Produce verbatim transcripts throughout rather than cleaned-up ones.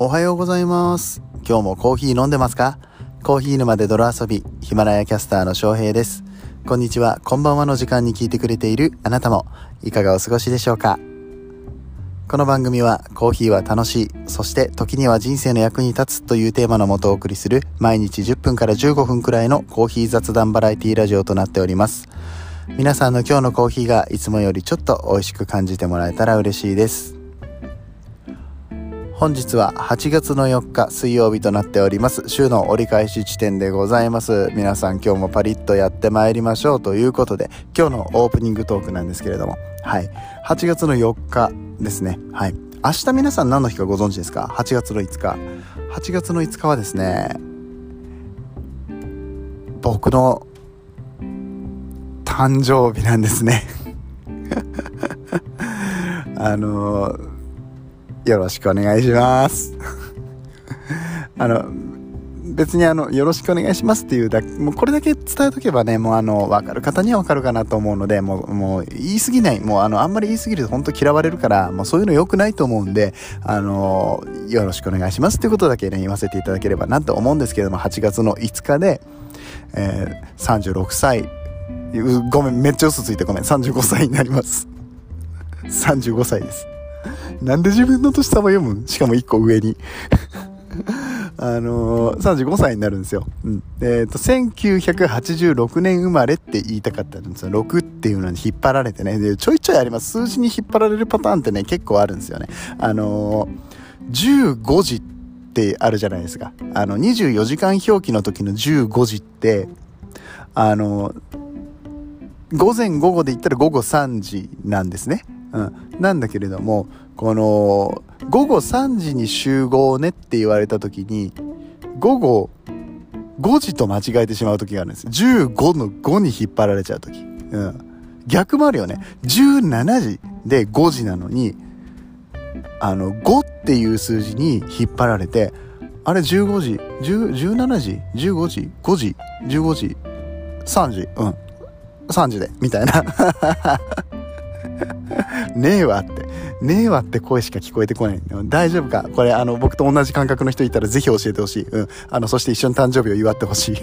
おはようございます。今日もコーヒー飲んでますか？コーヒー沼で泥遊び、ヒマラヤキャスターの翔平です。こんにちは、こんばんはの時間に聞いてくれているあなたもいかがお過ごしでしょうか？この番組はコーヒーは楽しい、そして時には人生の役に立つというテーマのもとお送りする毎日じゅっぷんからじゅうごふんくらいのコーヒー雑談バラエティラジオとなっております。皆さんの今日のコーヒーがいつもよりちょっと美味しく感じてもらえたら嬉しいです。本日ははちがつのよっか水曜日となっております。週の折り返し地点でございます。皆さん今日もパリッとやってまいりましょうということで、今日のオープニングトークなんですけれども、はい、はちがつのよっかですね。はい、明日皆さん何の日かご存知ですか？はちがつのいつか。はちがつのいつかはですね、僕の誕生日なんですね。あのーよろしくお願いします。あの別にあのよろしくお願いしますっていうだけ、もうこれだけ伝えとけばね、もうあの分かる方には分かるかなと思うので、もうもう言い過ぎない、もうあのあんまり言い過ぎると本当嫌われるから、もうそういうの良くないと思うんで、あのよろしくお願いしますっていうことだけね言わせていただければなと思うんですけれども、はちがつのいつかで、えー、さんじゅうろくさい、ごめんめっちゃ嘘ついてごめん、さんじゅうごさいになります。さんじゅうごさいです。なんで自分の年差は読む？しかもいっこ上にあのー、さんじゅうごさいになるんですよ、うん、えーとせんきゅうひゃくはちじゅうろくねん生まれって言いたかったんですよ。ろくっていうのに引っ張られてね、でちょいちょいあります。数字に引っ張られるパターンってね結構あるんですよね。あのー、じゅうごじってあるじゃないですか。あのにじゅうよじかん表記の時のじゅうごじってあのー、午前午後で言ったら午後さんじなんですね。うん、なんだけれども、この午後さんじに集合ねって言われた時に午後ごじと間違えてしまう時があるんです。じゅうごのごに引っ張られちゃう時、うん、逆もあるよね。じゅうしちじでごじなのにあのごっていう数字に引っ張られて、あれじゅうごじ、じゅう、じゅうしちじ、じゅうごじ、ごじ、じゅうごじ、さんじ、うんさんじでみたいなねえわってねえわって声しか聞こえてこない。大丈夫かこれ？あの僕と同じ感覚の人いたらぜひ教えてほしい、うん、あのそして一緒に誕生日を祝ってほしい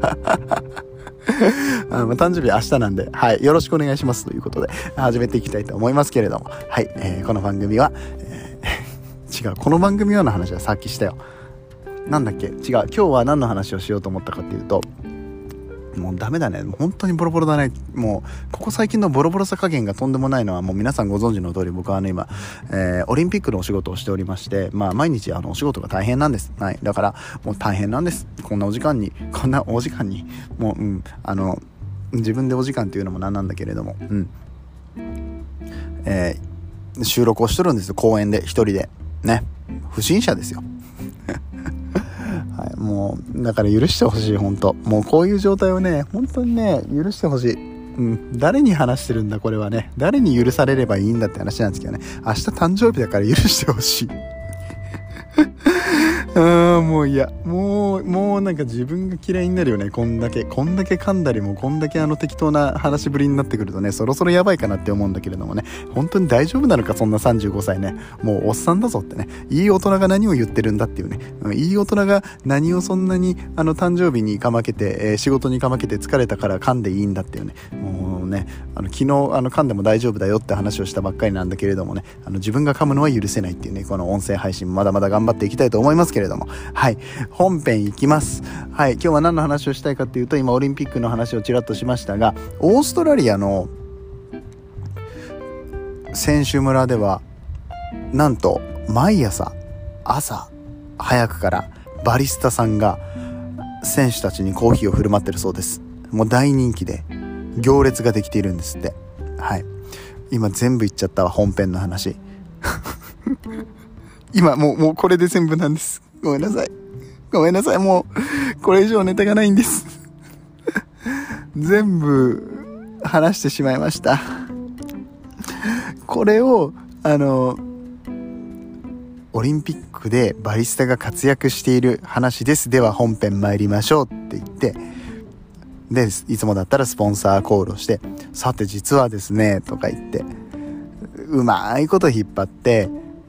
あの誕生日明日なんで、はい、よろしくお願いしますということで始めていきたいと思いますけれども、はい、えー、この番組は、えー、違うこの番組はの話はさっきしたよ。なんだっけ？違う今日は何の話をしようと思ったかっていうと、もうダメだね、もう本当にボロボロだね。もうここ最近のボロボロさ加減がとんでもないのは、もう皆さんご存知の通り、僕はね今、えー、オリンピックのお仕事をしておりまして、まあ毎日あのお仕事が大変なんです。はい、だからもう大変なんです。こんなお時間にこんなお時間にもう、うん、あの自分でお時間っていうのもなんなんだけれども、うん、えー、収録をしてるんですよ、公園で一人でね。不審者ですよはい、もうだから許してほしい。本当もうこういう状態をね本当にね許してほしい、うん、誰に話してるんだこれはね。誰に許されればいいんだって話なんですけどね。明日誕生日だから許してほしいあもういやもうもうなんか自分が嫌いになるよね。こんだけこんだけ噛んだりもこんだけあの適当な話ぶりになってくるとね、そろそろやばいかなって思うんだけれどもね、本当に大丈夫なのかそんなさんじゅうごさいね、もうおっさんだぞってね。いい大人が何を言ってるんだっていうね、うん、いい大人が何をそんなにあの誕生日にかまけて、えー、仕事にかまけて疲れたから噛んでいいんだっていうね。もうねあの昨日あの噛んでも大丈夫だよって話をしたばっかりなんだけれどもね、あの自分が噛むのは許せないっていうね、この音声配信まだまだ頑張っていきたいと思いますけれども、はい、本編いきます。はい、今日は何の話をしたいかっていうと、今オリンピックの話をちらっとしましたが、オーストラリアの選手村ではなんと毎朝朝早くからバリスタさんが選手たちにコーヒーを振る舞ってるそうです。もう大人気で行列ができているんですって。はい、今全部言っちゃったわ、本編の話今もうもうこれで全部なんです。ごめんなさいごめんなさい、もうこれ以上ネタがないんです全部話してしまいました。これをあのオリンピックでバリスタが活躍している話です。では本編参りましょうって言って、でいつもだったらスポンサーコールをして、さて実はですねとか言ってうまいこと引っ張って、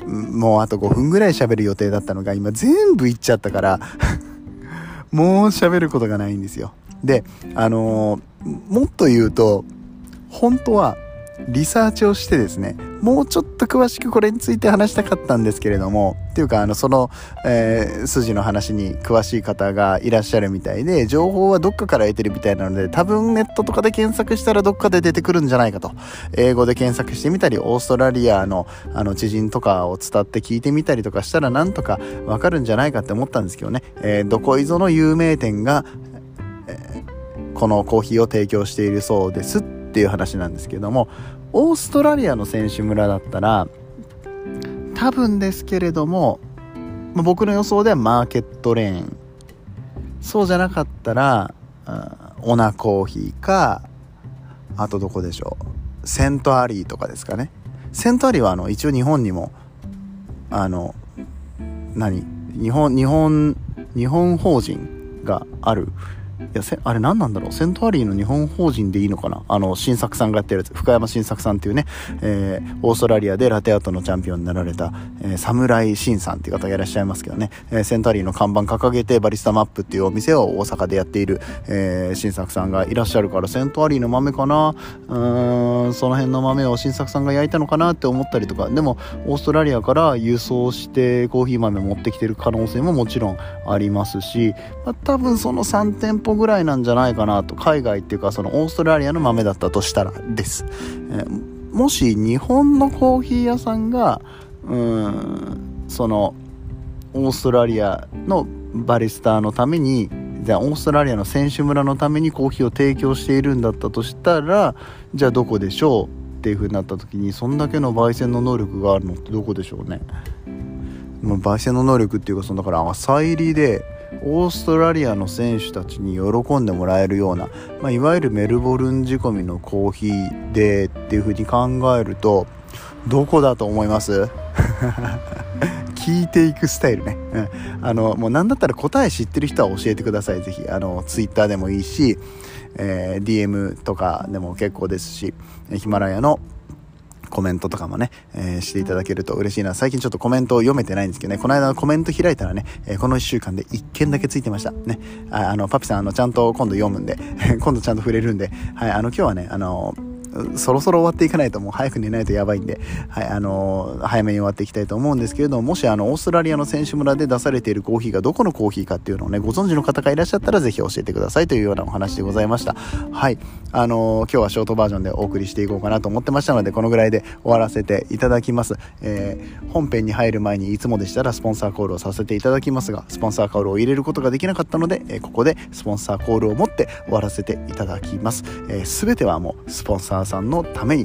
もうあとごふんぐらい喋る予定だったのが今全部言っちゃったからもう喋ることがないんですよ。で、あのー、もっと言うと本当はリサーチをしてですね、もうちょっと詳しくこれについて話したかったんですけれども、っていうかあのその、えー、筋の話に詳しい方がいらっしゃるみたいで、情報はどっかから得てるみたいなので、多分ネットとかで検索したらどっかで出てくるんじゃないかと。英語で検索してみたり、オーストラリアのあの知人とかを伝って聞いてみたりとかしたらなんとかわかるんじゃないかって思ったんですけどね、えー、どこいぞの有名店が、えー、このコーヒーを提供しているそうですっていう話なんですけども、オーストラリアの選手村だったら多分ですけれども、僕の予想ではマーケットレーン、そうじゃなかったらオナコーヒーか、あとどこでしょう、セントアリーとかですかね。セントアリーはあの一応日本にもあの何日本日本日本法人がある。いやあれ何なんだろう、セントアリーの日本法人でいいのかな。あの新作さんがやってるやつ、深山新作さんっていうね、えー、オーストラリアでラテアートのチャンピオンになられた、えー、侍新さんっていう方がいらっしゃいますけどね、えー、セントアリーの看板掲げてバリスタマップっていうお店を大阪でやっている、えー、新作さんがいらっしゃるから、セントアリーの豆かな、うーんその辺の豆を新作さんが焼いたのかなって思ったりとか。でもオーストラリアから輸送してコーヒー豆持ってきてる可能性ももちろんありますし、まあ、多分そのさん店舗ぐらいなんじゃないかなと。海外っていうかそのオーストラリアの豆だったとしたらです、えー、もし日本のコーヒー屋さんがうーんそのオーストラリアのバリスタのために、じゃあオーストラリアの選手村のためにコーヒーを提供しているんだったとしたら、じゃあどこでしょうっていう風になった時に、そんだけの焙煎の能力があるのってどこでしょうね。もう焙煎の能力っていうか、そのだから浅入りでオーストラリアの選手たちに喜んでもらえるような、まあ、いわゆるメルボルン仕込みのコーヒーでっていう風に考えると、どこだと思います聞いていくスタイルね、うん、あのもう何だったら答え知ってる人は教えてください。ぜひあのツイッターでもいいし、えー、ディーエム とかでも結構ですし、ヒマラヤのコメントとかもね、えー、していただけると嬉しいな。最近ちょっとコメントを読めてないんですけどね、この間のコメント開いたらね、えー、このいっしゅうかんでいっけんだけついてましたね。あ、あのパピさん、あのちゃんと今度読むんで今度ちゃんと触れるんで、はい、あの今日はね、あのそろそろ終わっていかないと、もう早く寝ないとやばいんで、はい、あのー、早めに終わっていきたいと思うんですけれども、もしあのオーストラリアの選手村で出されているコーヒーがどこのコーヒーかっていうのをね、ご存知の方がいらっしゃったらぜひ教えてくださいというようなお話でございました。はい、あのー、今日はショートバージョンでお送りしていこうかなと思ってましたので、このぐらいで終わらせていただきます。えー、本編に入る前にいつもでしたらスポンサーコールをさせていただきますが、スポンサーコールを入れることができなかったので、えー、ここでスポンサーコールを持って終わらせていただきます。えー、全てはもうスポンサーさんのために。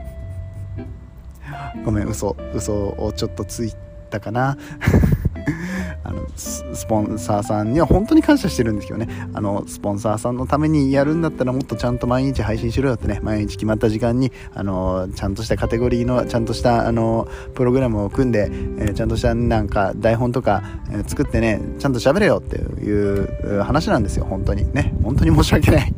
ごめん、嘘嘘をちょっとついたかなあのスポンサーさんには本当に感謝してるんですけどね、あのスポンサーさんのためにやるんだったらもっとちゃんと毎日配信しろよってね、毎日決まった時間にあのちゃんとしたカテゴリーのちゃんとしたあのプログラムを組んで、えー、ちゃんとしたなんか台本とか、えー、作ってね、ちゃんと喋れよっていう話なんですよ。本当にね、本当に申し訳ない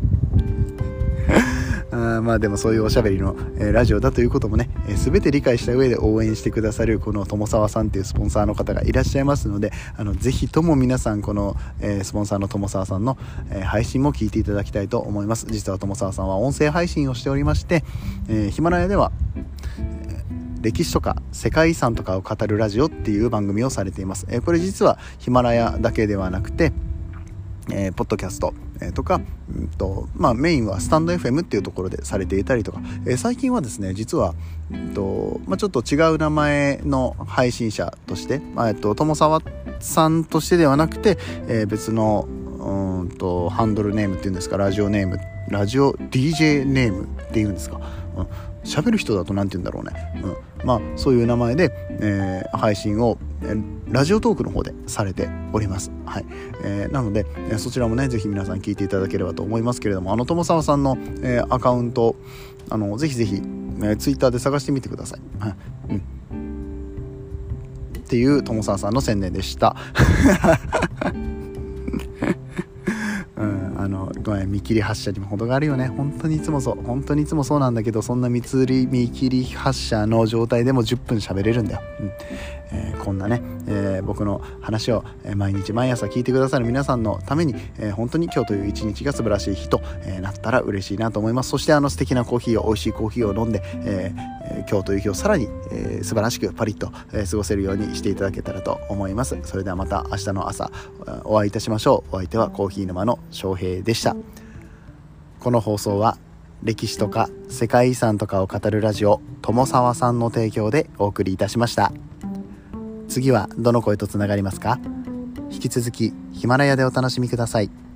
あまあでもそういうおしゃべりの、えー、ラジオだということもね、えー、全て理解した上で応援してくださるこの友沢さんっていうスポンサーの方がいらっしゃいますので、あのぜひとも皆さんこの、えー、スポンサーの友沢さんの、えー、配信も聞いていただきたいと思います。実は友沢さんは音声配信をしておりまして、えー、ヒマラヤでは、えー、歴史とか世界遺産とかを語るラジオっていう番組をされています。えー、これ実はヒマラヤだけではなくて、えー、ポッドキャスト、えー、とか、うんとまあ、メインはスタンド エフエム っていうところでされていたりとか、えー、最近はですね、実は、うんとまあ、ちょっと違う名前の配信者として、まあえっと、友沢さんとしてではなくて、えー、別のうんとハンドルネームっていうんですか、ラジオネーム、ラジオ ディージェー ネームっていうんですか、うん、喋る人だとなんて言うんだろうね、うん、まあそういう名前で、えー、配信を、えー、ラジオトークの方でされております。はい、えー、なので、えー、そちらもねぜひ皆さん聞いていただければと思いますけれども、あの友沢さんの、えー、アカウント、あのぜひぜひ、えー、ツイッターで探してみてください。はい、うん、っていう友沢さんの宣伝でした。うん、あのごめん、見切り発車にも程があるよね。本当にいつもそう本当にいつもそうなんだけど、そんな見切り見切り発車の状態でもじゅっぷん喋れるんだよ、うんえー、こんなね、えー、僕の話を毎日毎朝聞いてくださる皆さんのために、えー、本当に今日という一日が素晴らしい日と、えー、なったら嬉しいなと思います。そしてあの素敵なコーヒーを美味しいコーヒーを飲んで、えー、今日という日をさらに、えー、素晴らしくパリッと、えー、過ごせるようにしていただけたらと思います。それではまた明日の朝お会いいたしましょう。お相手はコーヒー沼の翔平でした。この放送は歴史とか世界遺産とかを語るラジオ友沢さんの提供でお送りいたしました。次はどの声とつながりますか？引き続きヒマラヤでお楽しみください。